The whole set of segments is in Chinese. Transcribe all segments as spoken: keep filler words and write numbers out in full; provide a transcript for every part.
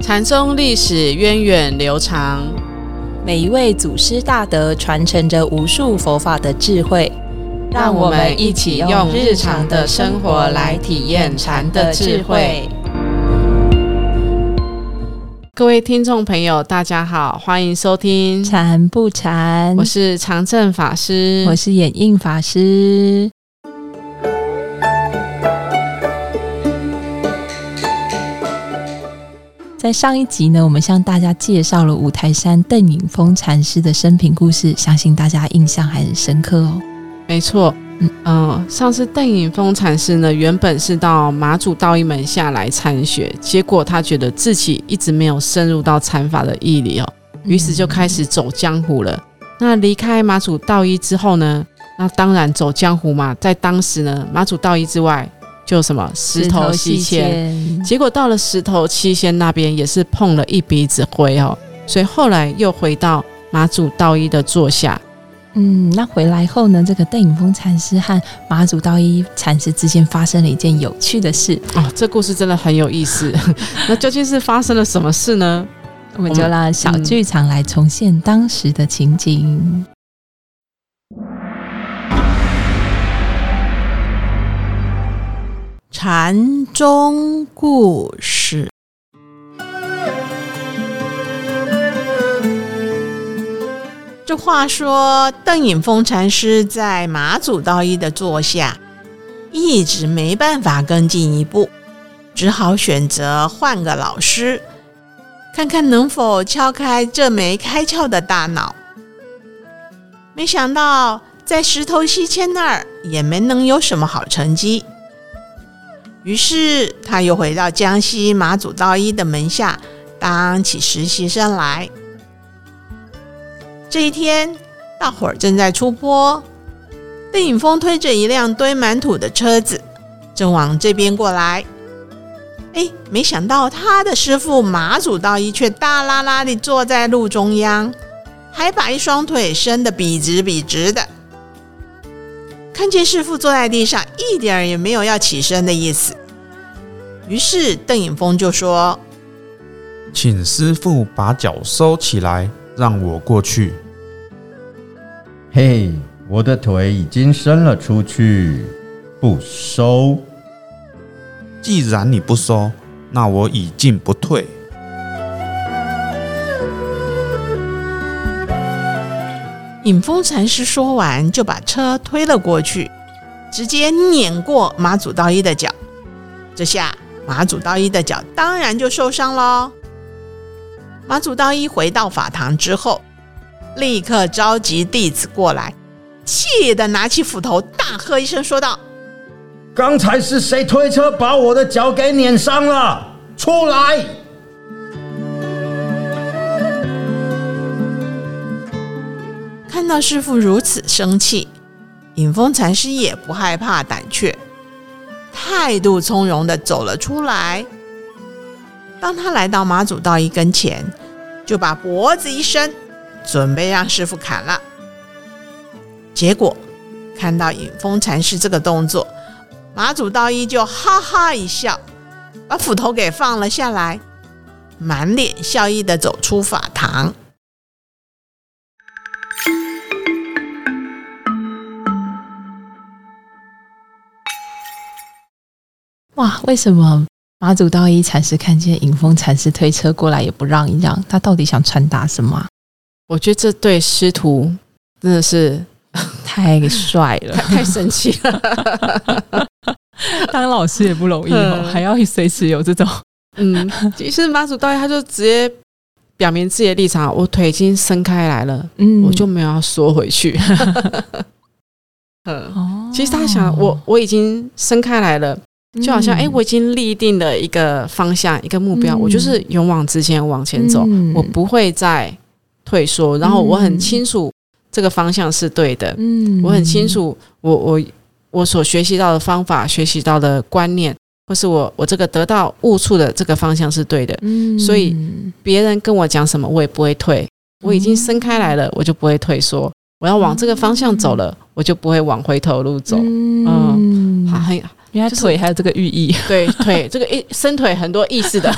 禅宗历史源远流长， 每一位祖师大德传承着无数佛法的智慧， 让我们一起用日常的生活来体验禅的智慧。各位听众朋友大家好，欢迎收听禅不禅， 我是常正法师， 我是演映法师。在上一集呢，我们向大家介绍了五台山邓颖峰禅师的生平故事，相信大家印象还很深刻哦。 没错，嗯、呃，上次邓颖峰禅师呢，原本是到马祖道一门下来参学，结果他觉得自己一直没有深入到禅法的义理哦，于是就开始走江湖了。嗯、那离开马祖道一之后呢，那当然走江湖嘛，在当时呢，马祖道一之外就什么石头西迁，结果到了石头七仙那边也是碰了一鼻子灰哦，所以后来又回到马祖道一的座下。 嗯，那回来后呢，这个邓颖峰禅师和马祖道一禅师之间发生了一件有趣的事哦，这故事真的很有意思。那究竟是发生了什么事呢？ 我们就让小剧场来重现当时的情景。 禅宗故事。这话说，邓颖峰禅师在马祖道一的座下，一直没办法更进一步，只好选择换个老师，看看能否敲开这枚开窍的大脑。没想到，在石头西迁那儿也没能有什么好成绩。于是他又回到江西马祖道一的门下当起实习生来。这一天，大伙儿正在出坡，邓颖峰推着一辆堆满土的车子正往这边过来。哎，没想到他的师父马祖道一却大拉拉地坐在路中央，还把一双腿伸得笔直笔直的。看见师父坐在地上，一点也没有要起身的意思。于是邓颖峰就说：“ 请师父把脚收起来，让我过去。” 嘿，我的腿已经伸了出去，不收。 既然你不收，那我已进不退。 颖峰禅师说完，就把车推了过去，直接碾过马祖道一的脚。这下马祖道一的脚当然就受伤了。马祖道一回到法堂之后，立刻召集弟子过来，气得拿起斧头大喝一声说道：“ 刚才是谁推车把我的脚给碾伤了？出来！” 看到师父如此生气，颖峰禅师也不害怕胆怯，态度从容地走了出来。当他来到马祖道一跟前，就把脖子一伸，准备让师父砍了。结果看到颖峰禅师这个动作，马祖道一就哈哈一笑，把斧头给放了下来，满脸笑意地走出法堂。 哇，为什么马祖道一禅师看见颖峰禅师推车过来也不让一让？他到底想传达什么啊？ 我觉得这对师徒真的是太帅了， 太, 太神奇了。 当老师也不容易哦，还要随时有这种嗯，其实马祖道一他就直接表明自己的立场，我腿已经伸开来了，嗯，我就没有要缩回去。嗯，哦、其实他想，我我已经伸开来了。就好像哎、欸，我已经立定了一个方向，一个目标，嗯、我就是勇往直前，往前走，嗯、我不会再退缩。然后我很清楚这个方向是对的，嗯、我很清楚我我我所学习到的方法、学习到的观念，或是我我这个得到悟处的这个方向是对的。嗯、所以别人跟我讲什么，我也不会退。我已经伸开来了，我就不会退缩。我要往这个方向走了，我就不会往回头路走。嗯，嗯很原来腿还有这个寓意。 对，腿这个一伸腿很多意思的。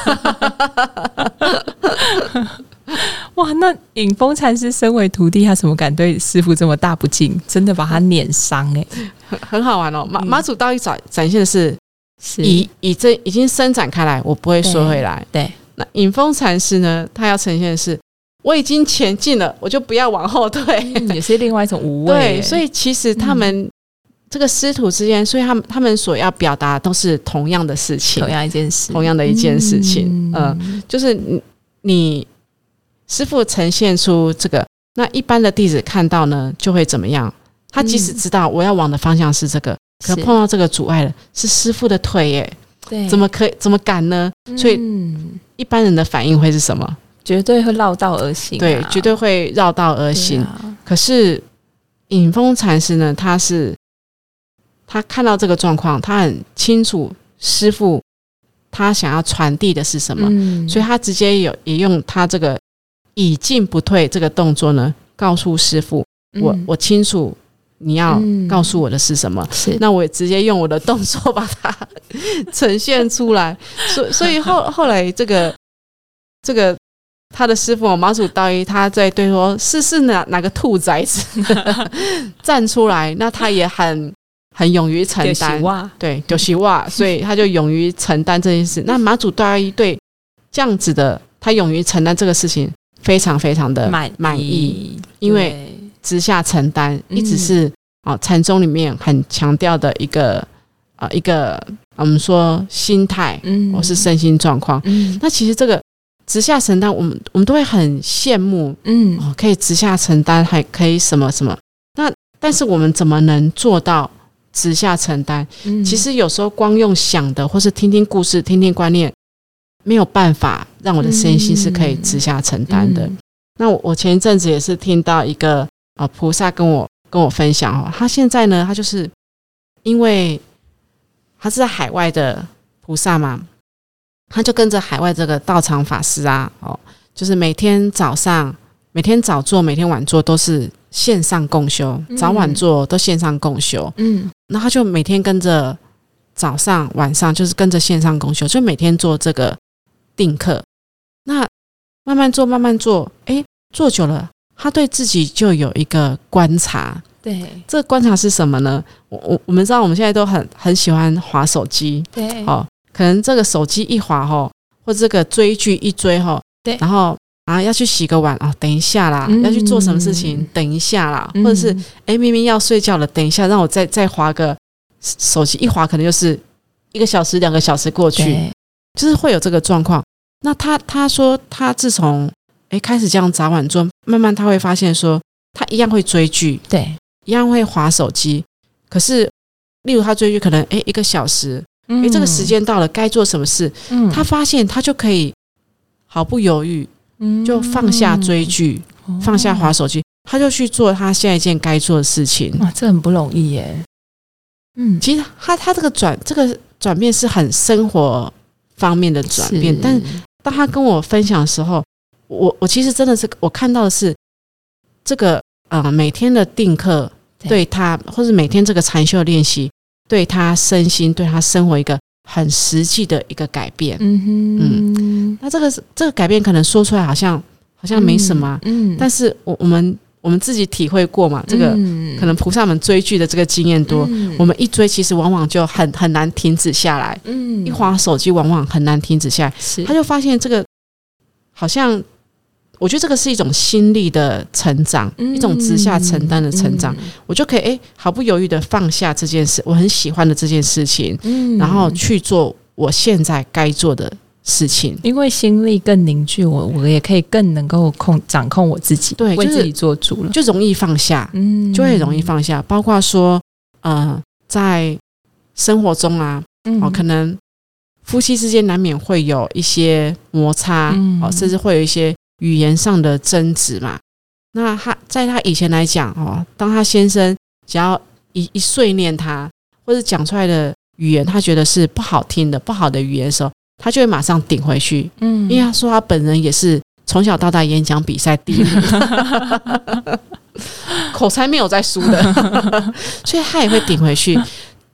哇，那隐风禅师身为徒弟，他怎么敢对师父这么大不敬？真的把他碾伤哎、欸， 很很好玩哦。马马祖道义展展现的是， 是已已这已经伸展开来，我不会缩回来。 对， 那隐风禅师呢，他要呈现的是，我已经前进了，我就不要往后退， 嗯、也是另外一种无畏、欸。 对，所以其实他们、嗯、这个师徒之间，所以他们他们所要表达都是同样的事情， 同样一件事， 同样的一件事情。嗯、呃，就是你你。师父呈现出这个，那一般的弟子看到呢，就会怎么样？他即使知道我要往的方向是这个，嗯、可碰到这个阻碍了，是师父的腿耶， 对， 怎么可以怎么敢呢？嗯、所以一般人的反应会是什么？ 绝对会绕道而行、啊， 对，绝对会绕道而行。啊、可是隐风禅师呢，他是他看到这个状况，他很清楚师父他想要传递的是什么，嗯、所以他直接有也用他这个。以进不退这个动作呢，告诉师父，嗯、我我清楚你要告诉我的是什么， 嗯、 那我也直接用我的动作把它呈现出来。所所以后后来这个这个他的师父马祖道一，他在对说是是哪哪个兔崽子站出来，那他也很很勇于承担，对，就是哇，所以他就勇于承担这件事。那马祖道一对这样子的，他勇于承担这个事情。非常非常的满意，因为直下承担一直是啊禅宗里面很强调的一个啊、呃、一个我们说心态，嗯，或是身心状况。嗯，那其实这个直下承担，我们我们都会很羡慕，嗯、哦，可以直下承担，还可以什么什么。那但是我们怎么能做到直下承担？嗯、其实有时候光用想的，或是听听故事、听听观念。没有办法让我的身心是可以直下承担的。嗯、那 我, 我前一阵子也是听到一个呃菩萨跟我跟我分享哦，他现在呢，他就是因为他是在海外的菩萨嘛，他就跟着海外这个道场法师啊，哦，就是每天早上、每天早做、每天晚做都是线上共修，嗯、早晚做都线上共修。嗯，那他就每天跟着早上、晚上，就是跟着线上共修，就每天做这个。定课，那慢慢做，慢慢做，哎，做久了，他对自己就有一个观察。 对， 这个观察是什么呢？我我我们知道，我们现在都很很喜欢滑手机， 对， 哦，可能这个手机一滑吼，或这个追剧一追吼， 对， 然后啊要去洗个碗哦，等一下啦，嗯、要去做什么事情，等一下啦，嗯、或者是哎明明要睡觉了，等一下让我再再滑个手机一滑，可能就是一个小时、两个小时过去。就是会有这个状况。那他他说他自从诶开始这样早晚做，慢慢他会发现说他一样会追剧， 对， 一样会滑手机。可是例如他追剧可能诶一个小时，诶这个时间到了该做什么事，嗯、他发现他就可以毫不犹豫，嗯、就放下追剧，嗯、放下滑手机，他就去做他下一件该做的事情。 哇，这很不容易耶。 嗯，其实他他这个转这个转变是很生活方面的转变，但是当他跟我分享的时候，我我其实真的是我看到的是这个呃每天的定课对他，或者每天这个禅修练习对他身心对他生活一个很实际的一个改变。嗯哼，嗯，那这个这个改变可能说出来好像好像没什么，嗯，但是我我们我们自己体会过嘛，这个可能菩萨们追剧的这个经验多，嗯、我们一追其实往往就很很难停止下来，嗯，一滑手机往往很难停止下来，是他就发现这个好像，我觉得这个是一种心力的成长，嗯、一种直下承担的成长，嗯、我就可以哎毫不犹豫的放下这件事，我很喜欢的这件事情，嗯、然后去做我现在该做的事情， 因为心力更凝聚，我我也可以更能够控掌控我自己， 对， 为自己做主了， 就容易放下，嗯，就会容易放下。包括说，呃，在生活中啊，嗯、哦，可能夫妻之间难免会有一些摩擦，嗯、哦，甚至会有一些语言上的争执嘛。那他在他以前来讲，哦，当他先生只要一一碎念他，或者讲出来的语言，他觉得是不好听的、不好的语言的时候，他就会马上顶回去，嗯，因为他说他本人也是从小到大演讲比赛第一名，口才没有在输的，所以他也会顶回去。然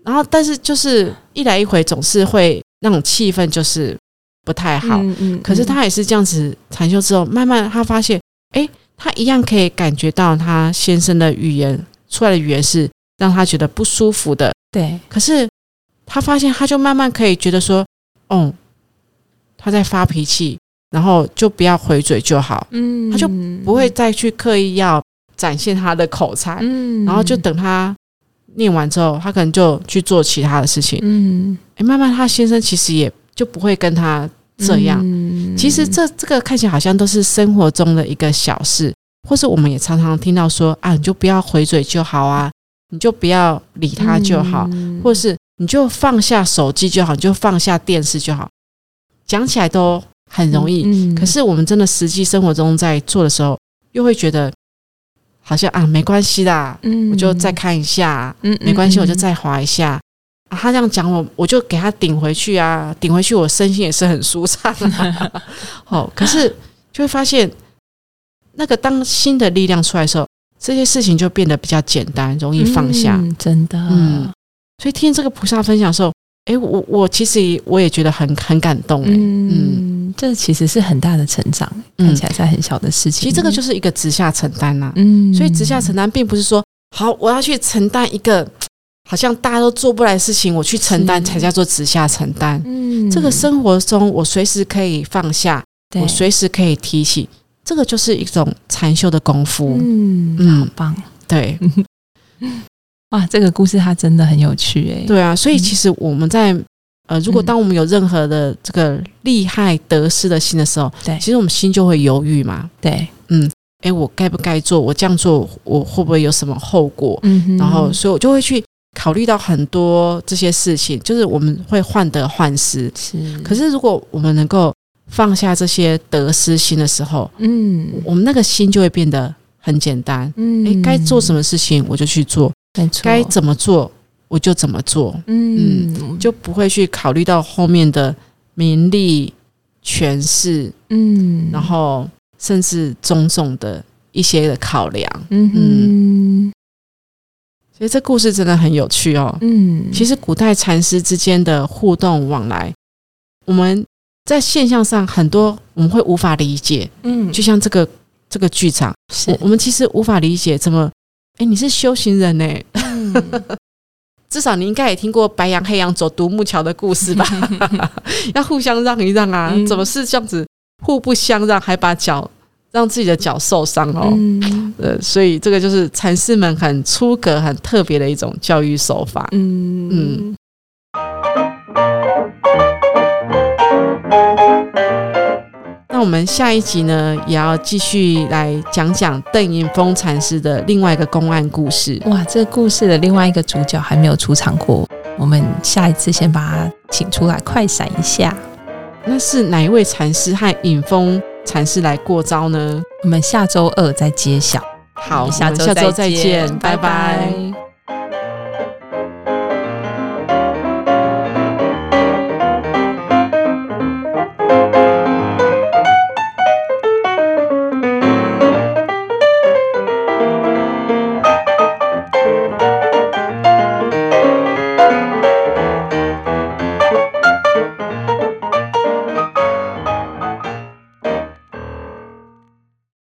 然后但是就是一来一回总是会那种气氛就是不太好， 嗯嗯， 可是他也是这样子禅修之后，慢慢他发现，哎，他一样可以感觉到他先生的语言出来的语言是让他觉得不舒服的， 对， 可是他发现他就慢慢可以觉得说，哦，他在发脾气，然后就不要回嘴就好， 嗯， 他就不会再去刻意要展现他的口才， 嗯， 然后就等他念完之后，他可能就去做其他的事情， 嗯， 哎，慢慢他先生其实也就不会跟他这样。 嗯， 其实这这个看起来好像都是生活中的一个小事，或是我们也常常听到说啊，你就不要回嘴就好啊，你就不要理他就好， 嗯， 或是你就放下手机就好，你就放下电视就好，讲起来都很容易， 嗯， 可是我们真的实际生活中在做的时候，又会觉得好像啊没关系啦， 嗯， 我就再看一下， 嗯， 没关系，我就再滑一下。啊、他这样讲我，我就给他顶回去啊，顶回去，我身心也是很舒畅、啊。哦，可是就会发现，那个当新的力量出来的时候，这些事情就变得比较简单，容易放下。 嗯、真的， 嗯，所以听这个菩萨分享的时候，哎，我我其实也我也觉得很很感动、欸。嗯嗯，这其实是很大的成长， 嗯、 看起来在很小的事情。 其实这个就是一个直下承担呐、啊。 嗯， 所以直下承担并不是说，好，我要去承担一个。好像大家都做不来的事情，我去承担才叫做直下承担。嗯，这个生活中我随时可以放下，我随时可以提起，这个就是一种禅修的功夫。 嗯，嗯好棒。 对， 哇，这个故事它真的很有趣哎。 对啊，所以其实我们在呃，如果当我们有任何的这个利害得失的心的时候， 对， 其实我们心就会犹豫嘛。 对， 嗯，哎，我该不该做？我这样做，我会不会有什么后果？ 嗯， 然后，所以我就会去。考虑到很多这些事情，就是我们会患得患失。 是， 可是如果我们能够放下这些得失心的时候，嗯，我们那个心就会变得很简单。嗯，诶，该做什么事情我就去做， 没错， 该怎么做我就怎么做。嗯，嗯就不会去考虑到后面的名利、权势，嗯，然后甚至种种的一些的考量。嗯嗯。所以这故事真的很有趣哦。嗯，其实古代禅师之间的互动往来，我们在现象上很多我们会无法理解。嗯，就像这个这个剧场，我我们其实无法理解怎么，哎，你是修行人呢？嗯、至少你应该也听过白羊黑羊走独木桥的故事吧？要互相让一让啊，嗯、怎么是这样子互不相让，还把脚？让自己的脚受伤哦，嗯、呃，所以这个就是禅师们很出格、很特别的一种教育手法。嗯嗯。那我们下一集呢，也要继续来讲讲邓寅丰禅师的另外一个公案故事。 哇，这个故事的另外一个主角还没有出场过，我们下一次先把他请出来，快闪一下。 那是哪一位禅师和寅丰禅师来过招呢？ 我们下周二再揭晓。 好， 下周下周再见， 拜拜。 拜拜。